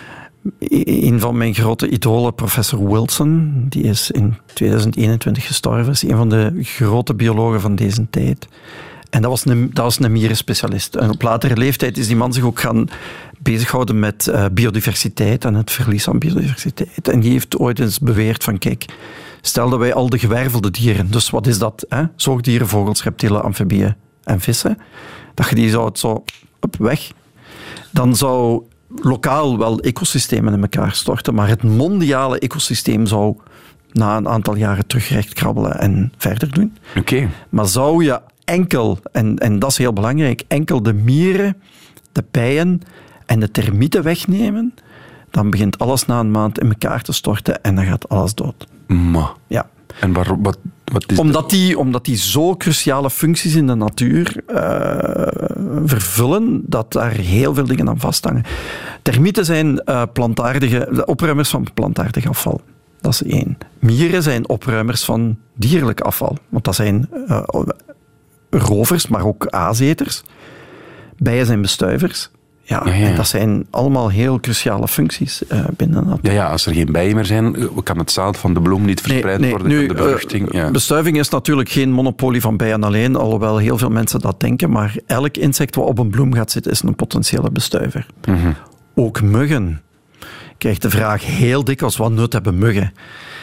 Een van mijn grote idolen, professor Wilson, die is in tweeduizend eenentwintig gestorven, is een van de grote biologen van deze tijd. En dat was een, dat was een mierenspecialist. En op latere leeftijd is die man zich ook gaan bezighouden met uh, biodiversiteit en het verlies aan biodiversiteit. En die heeft ooit eens beweerd van, kijk, stel dat wij al de gewervelde dieren, dus wat is dat? Hè? Zoogdieren, vogels, reptielen, amfibieën en vissen, dat je die zou het zo op weg, dan zou lokaal wel ecosystemen in elkaar storten, maar het mondiale ecosysteem zou na een aantal jaren terugrecht krabbelen en verder doen. Okay. Maar zou je enkel, en, en dat is heel belangrijk, enkel de mieren, de bijen en de termieten wegnemen, dan begint alles na een maand in elkaar te storten en dan gaat alles dood. Ma. Ja. En waar, wat, wat is omdat, die, omdat die zo cruciale functies in de natuur uh, vervullen, dat daar heel veel dingen aan vasthangen. Termieten zijn uh, plantaardige, opruimers van plantaardig afval. Dat is één. Mieren zijn opruimers van dierlijk afval. Want dat zijn uh, rovers, maar ook aaseters. Bijen zijn bestuivers. Ja, ja, ja. En dat zijn allemaal heel cruciale functies uh, binnen dat. Ja, ja, als er geen bijen meer zijn, kan het zaad van de bloem niet verspreid nee, nee, worden. Nu, de bevruchting. Ja. Bestuiving is natuurlijk geen monopolie van bijen alleen, alhoewel heel veel mensen dat denken, maar elk insect wat op een bloem gaat zitten is een potentiële bestuiver. Mm-hmm. Ook muggen. Ik krijg de vraag heel dikwijls, wat nut hebben muggen?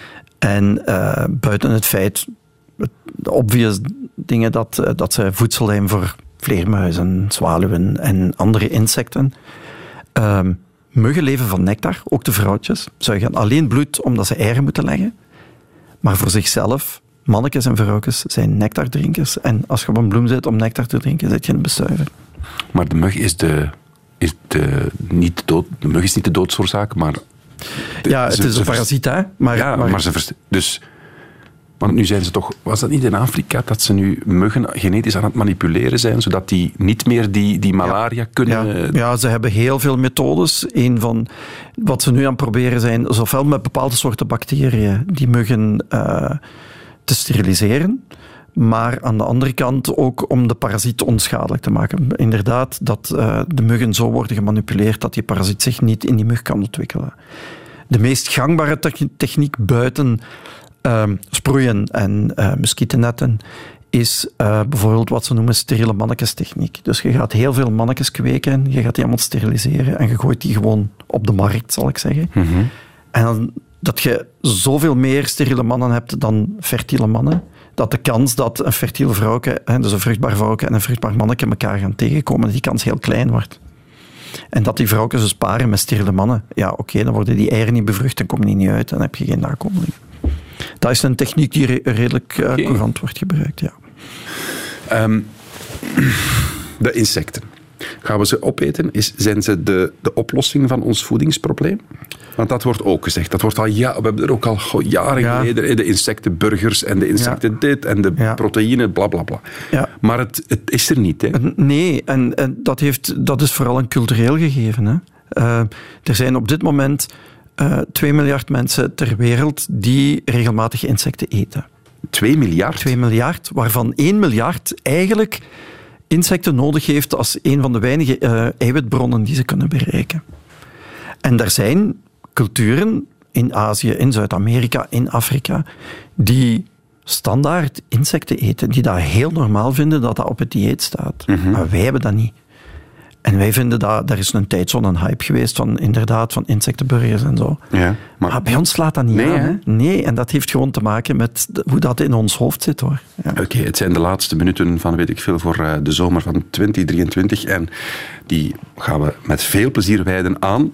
En uh, buiten het feit, de obvious dingen dat, uh, dat ze voedsel zijn voor vleermuizen, zwaluwen en andere insecten. Uh, muggen leven van nectar, ook de vrouwtjes. Zuigen alleen bloed omdat ze eieren moeten leggen. Maar voor zichzelf, mannetjes en vrouwtjes zijn nectardrinkers. En als je op een bloem zit om nectar te drinken, zit je een bestuiver. Maar de mug is de... Is de, niet de, dood, de mug is niet de doodsoorzaak, maar... De, ja, het ze, is een parasiet, hè? Maar, ja, maar, maar ze... Verst- dus... Want nu zijn ze toch... Was dat niet in Afrika dat ze nu muggen genetisch aan het manipuleren zijn, zodat die niet meer die, die malaria ja, kunnen... Ja, ja, ze hebben heel veel methodes. Een van wat ze nu aan het proberen zijn, zowel met bepaalde soorten bacteriën die muggen uh, te steriliseren, maar aan de andere kant ook om de parasiet onschadelijk te maken. Inderdaad, dat uh, de muggen zo worden gemanipuleerd dat die parasiet zich niet in die mug kan ontwikkelen. De meest gangbare te- techniek buiten uh, sproeien en uh, muskietennetten is uh, bijvoorbeeld wat ze noemen steriele mannetjestechniek. Dus je gaat heel veel mannetjes kweken, je gaat die allemaal steriliseren en je gooit die gewoon op de markt, zal ik zeggen. Mm-hmm. En dan, dat je zoveel meer steriele mannen hebt dan fertiele mannen, dat de kans dat een fertiel vrouwke, dus een vruchtbaar vrouwke en een vruchtbaar mannetje elkaar gaan tegenkomen, die kans heel klein wordt. En dat die vrouwtjes dus paren met steriele mannen. Ja, oké, okay, dan worden die eieren niet bevrucht, dan komen die niet uit en dan heb je geen nakomelingen. dat is een techniek die re- redelijk uh, okay. courant wordt gebruikt, ja. Um, de insecten. Gaan we ze opeten? Is, zijn ze de, de oplossing van ons voedingsprobleem? Want dat wordt ook gezegd. Dat wordt al, ja, we hebben er ook al goh, jaren ja. geleden de insectenburgers en de insecten ja. dit en de ja. proteïne, bla bla bla. Ja. Maar het, het is er niet, hè? Nee, en, en dat, heeft, dat is vooral een cultureel gegeven, hè. Uh, er zijn op dit moment uh, twee miljard mensen ter wereld die regelmatig insecten eten. Twee miljard? Twee miljard, waarvan één miljard eigenlijk insecten nodig heeft als een van de weinige uh, eiwitbronnen die ze kunnen bereiken. En er zijn culturen in Azië, in Zuid-Amerika, in Afrika, die standaard insecten eten, die dat heel normaal vinden dat dat op het dieet staat. Mm-hmm. Maar wij hebben dat niet. En wij vinden dat, er is een tijd zo'n hype geweest van inderdaad, van insectenburgers en zo. Ja, maar... maar bij ons slaat dat niet nee, aan. Hè? Nee, en dat heeft gewoon te maken met de, hoe dat in ons hoofd zit, hoor. Ja. Oké, okay, het zijn de laatste minuten van, weet ik veel, voor uh, de zomer van twintig drieëntwintig. En die gaan we met veel plezier wijden aan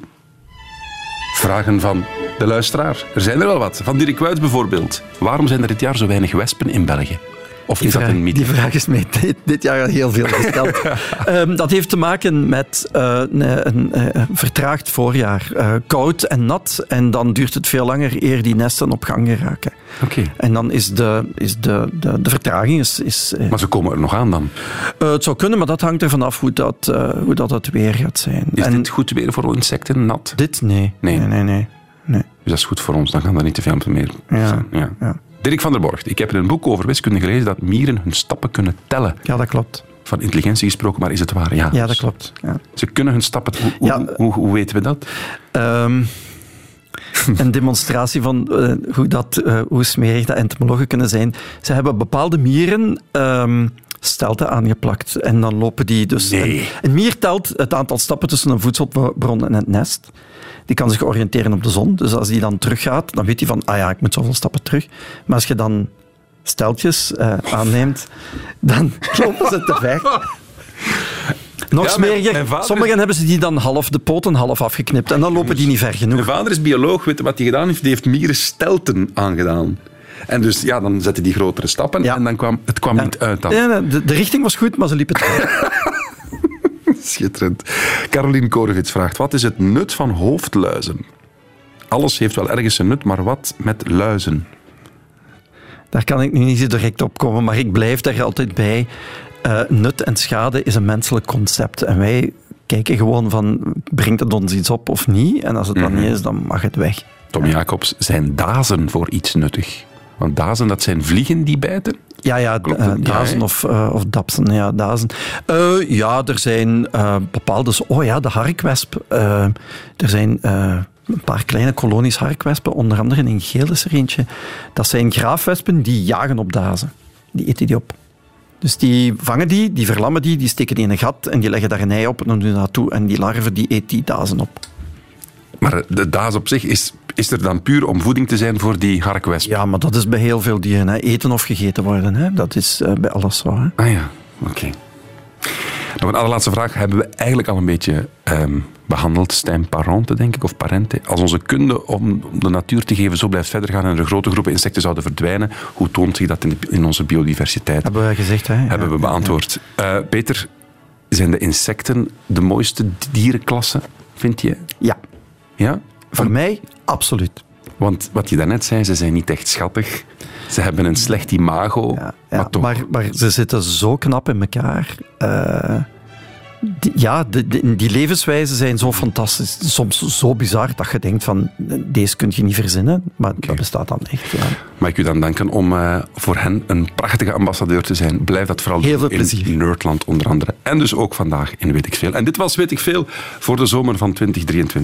vragen van de luisteraar. Er zijn er wel wat. Van Dirk Wuits bijvoorbeeld. Waarom zijn er dit jaar zo weinig wespen in België? Of is die vraag, dat een mythe? Die vraag is mij dit, dit jaar al heel veel gesteld. um, dat heeft te maken met uh, een, een, een vertraagd voorjaar. Uh, koud en nat. En dan duurt het veel langer eer die nesten op gang geraken. Okay. En dan is de, is de, de, de vertraging... Is, is, maar ze komen er nog aan dan? Uh, het zou kunnen, maar dat hangt ervan af hoe dat, uh, hoe dat het weer gaat zijn. Is en dit goed weer voor insecten, nat? Dit? Nee. Nee, nee, nee. nee, nee. Dus dat is goed voor ons, dan gaan daar niet te veel meer ja. zijn. Ja. Ja. Dirk van der Borgt, ik heb in een boek over wiskunde gelezen dat mieren hun stappen kunnen tellen. Ja, dat klopt. Van intelligentie gesproken, maar is het waar? Ja, ja dat klopt. Ja. Ze kunnen hun stappen... Hoe, hoe, ja. hoe, hoe, hoe weten we dat? Um, een demonstratie van uh, hoe, dat, uh, hoe smerig dat entomologen kunnen zijn. Ze hebben bepaalde mieren... Um, stelten aangeplakt. En dan lopen die dus... Nee. Een, een mier telt het aantal stappen tussen een voedselbron en het nest. Die kan zich oriënteren op de zon. Dus als die dan teruggaat, dan weet hij van, ah ja, ik moet zoveel stappen terug. Maar als je dan steltjes uh, aanneemt, dan lopen ze te ver. Nog ja, smeriger. Mijn, mijn Sommigen is... hebben ze die dan half de poten half afgeknipt. En dan lopen die niet ver genoeg. Mijn vader is bioloog. Weet je wat hij gedaan heeft? Die heeft mieren stelten aangedaan. En dus ja, dan zette die grotere stappen ja. en dan kwam het kwam ja. niet uit dan. Ja, de, de richting was goed, maar ze liepen terug. Schitterend. Caroline Korevits vraagt, wat is het nut van hoofdluizen? Alles heeft wel ergens een nut, maar wat met luizen? Daar kan ik nu niet zo direct op komen, maar ik blijf daar altijd bij. Uh, nut en schade is een menselijk concept. En wij kijken gewoon van, brengt het ons iets op of niet? En als het dan mm-hmm. niet is, dan mag het weg. Tom Jacobs, zijn dazen voor iets nuttig? Want dazen, dat zijn vliegen die bijten? Ja, ja, uh, dazen ja, of, uh, of dapsen. Ja, dazen. Uh, ja, er zijn uh, bepaalde... Oh ja, de harkwesp. Uh, er zijn uh, een paar kleine kolonies harkwespen. Onder andere in Geel is er eentje. Dat zijn graafwespen die jagen op dazen. Die eten die op. Dus die vangen die, die verlammen die, die steken die in een gat en die leggen daar een ei op en dan doen ze dat toe. En die larven, die eet die dazen op. Maar de daas op zich is... Is er dan puur om voeding te zijn voor die harkwesp? Ja, maar dat is bij heel veel dieren. Hè. Eten of gegeten worden. Hè. Dat is uh, bij alles zo. Hè. Ah ja, oké. Okay. Nog een allerlaatste vraag. Hebben we eigenlijk al een beetje um, behandeld, Stijn Parente, denk ik, of Parente? Als onze kunde om de natuur te geven zo blijft verder gaan en er grote groepen insecten zouden verdwijnen, hoe toont zich dat in, de, in onze biodiversiteit? Hebben we gezegd, hè? Hebben ja, we beantwoord. Ja, ja. Uh, Peter, zijn de insecten de mooiste dierenklasse, vind je? Ja. Ja? Voor mij, absoluut. Want wat je daarnet zei, ze zijn niet echt schattig. Ze hebben een slecht imago. Ja, ja, maar, toch. Maar, maar ze zitten zo knap in elkaar. Uh, die, ja, de, de, die levenswijzen zijn zo fantastisch. Soms zo bizar dat je denkt van, deze kun je niet verzinnen. Maar okay. dat bestaat dan echt. Ja. Mag ik u dan danken om uh, voor hen een prachtige ambassadeur te zijn. Blijf dat vooral Heel doen in Nerdland onder andere. En dus ook vandaag in Weet ik Veel. En dit was Weet ik Veel voor de zomer van twintig drieëntwintig.